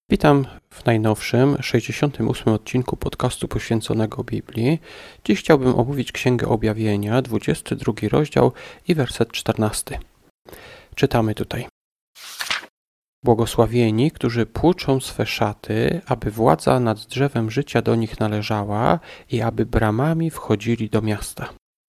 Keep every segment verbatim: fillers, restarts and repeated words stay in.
Witam w najnowszym, sześćdziesiątym ósmym odcinku podcastu poświęconego Biblii. Dziś chciałbym omówić Księgę Objawienia, dwudziesty drugi rozdział i werset czternasty. Czytamy tutaj. Błogosławieni, którzy płuczą swe szaty, aby władza nad drzewem życia do nich należała i aby bramami wchodzili do miasta.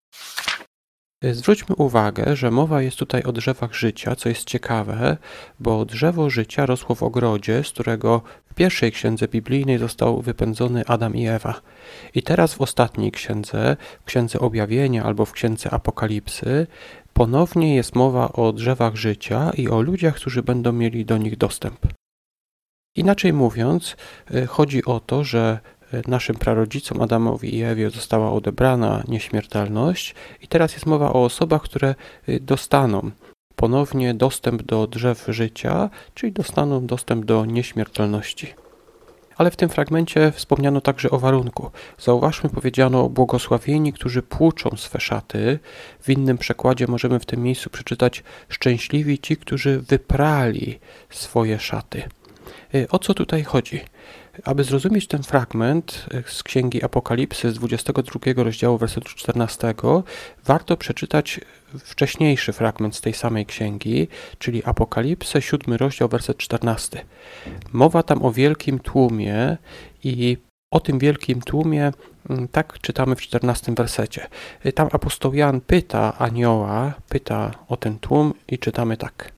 Zwróćmy uwagę, że mowa jest tutaj o drzewach życia, co jest ciekawe, bo drzewo życia rosło w ogrodzie, z którego w pierwszej księdze biblijnej został wypędzony Adam i Ewa. I teraz w ostatniej księdze, w księdze Objawienia albo w księdze Apokalipsy, ponownie jest mowa o drzewach życia i o ludziach, którzy będą mieli do nich dostęp. Inaczej mówiąc, chodzi o to, że naszym prarodzicom Adamowi i Ewie została odebrana nieśmiertelność i teraz jest mowa o osobach, które dostaną ponownie dostęp do drzew życia, czyli dostaną dostęp do nieśmiertelności. Ale w tym fragmencie wspomniano także o warunku. Zauważmy, powiedziano błogosławieni, którzy płuczą swe szaty. W innym przekładzie możemy w tym miejscu przeczytać szczęśliwi ci, którzy wyprali swoje szaty. O co tutaj chodzi? Aby zrozumieć ten fragment z Księgi Apokalipsy z dwudziestego drugiego rozdziału wersetu czternastego, warto przeczytać wcześniejszy fragment z tej samej księgi, czyli Apokalipsę, siódmy rozdział, werset czternasty. Mowa tam o wielkim tłumie i o tym wielkim tłumie tak czytamy w czternastym wersecie. Tam apostoł Jan pyta anioła, pyta o ten tłum i czytamy tak.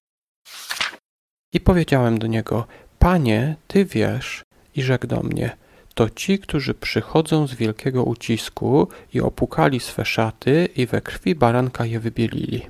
I powiedziałem do niego: Panie, Ty wiesz, i rzekł do mnie: to ci, którzy przychodzą z wielkiego ucisku i opłukali swe szaty i we krwi baranka je wybielili.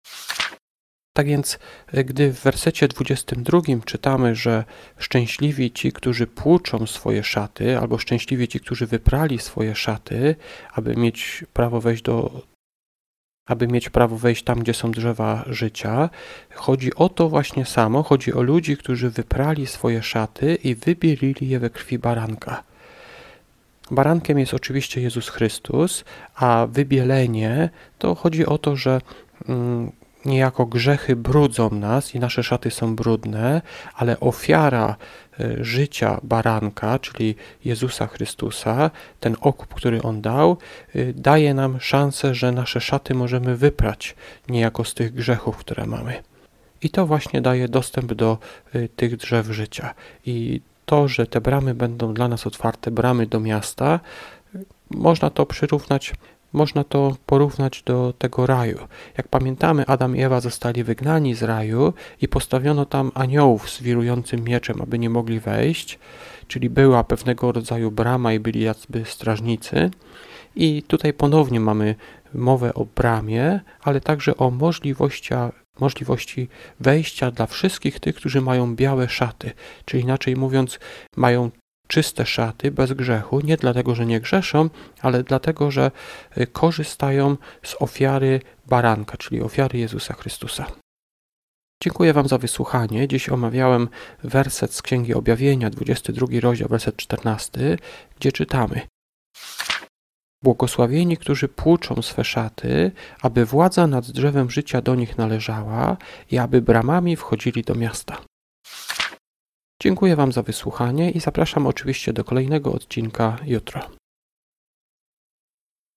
Tak więc, gdy w wersecie dwudziestym drugim czytamy, że szczęśliwi ci, którzy płuczą swoje szaty, albo szczęśliwi ci, którzy wyprali swoje szaty, aby mieć prawo wejść do aby mieć prawo wejść tam, gdzie są drzewa życia. Chodzi o to właśnie samo, chodzi o ludzi, którzy wyprali swoje szaty i wybielili je we krwi baranka. Barankiem jest oczywiście Jezus Chrystus, a wybielenie to chodzi o to, że mm, niejako grzechy brudzą nas i nasze szaty są brudne, ale ofiara życia baranka, czyli Jezusa Chrystusa, ten okup, który On dał, daje nam szansę, że nasze szaty możemy wyprać niejako z tych grzechów, które mamy. I to właśnie daje dostęp do tych drzew życia. I to, że te bramy będą dla nas otwarte, bramy do miasta, można to przyrównać Można to porównać do tego raju. Jak pamiętamy, Adam i Ewa zostali wygnani z raju i postawiono tam aniołów z wirującym mieczem, aby nie mogli wejść, czyli była pewnego rodzaju brama i byli jakby strażnicy. I tutaj ponownie mamy mowę o bramie, ale także o możliwości, możliwości wejścia dla wszystkich tych, którzy mają białe szaty, czyli inaczej mówiąc, mają czyste szaty, bez grzechu, nie dlatego, że nie grzeszą, ale dlatego, że korzystają z ofiary baranka, czyli ofiary Jezusa Chrystusa. Dziękuję Wam za wysłuchanie. Dziś omawiałem werset z Księgi Objawienia, dwudziesty drugi rozdział, werset czternasty, gdzie czytamy: Błogosławieni, którzy płuczą swe szaty, aby władza nad drzewem życia do nich należała i aby bramami wchodzili do miasta. Dziękuję Wam za wysłuchanie i zapraszam oczywiście do kolejnego odcinka jutro.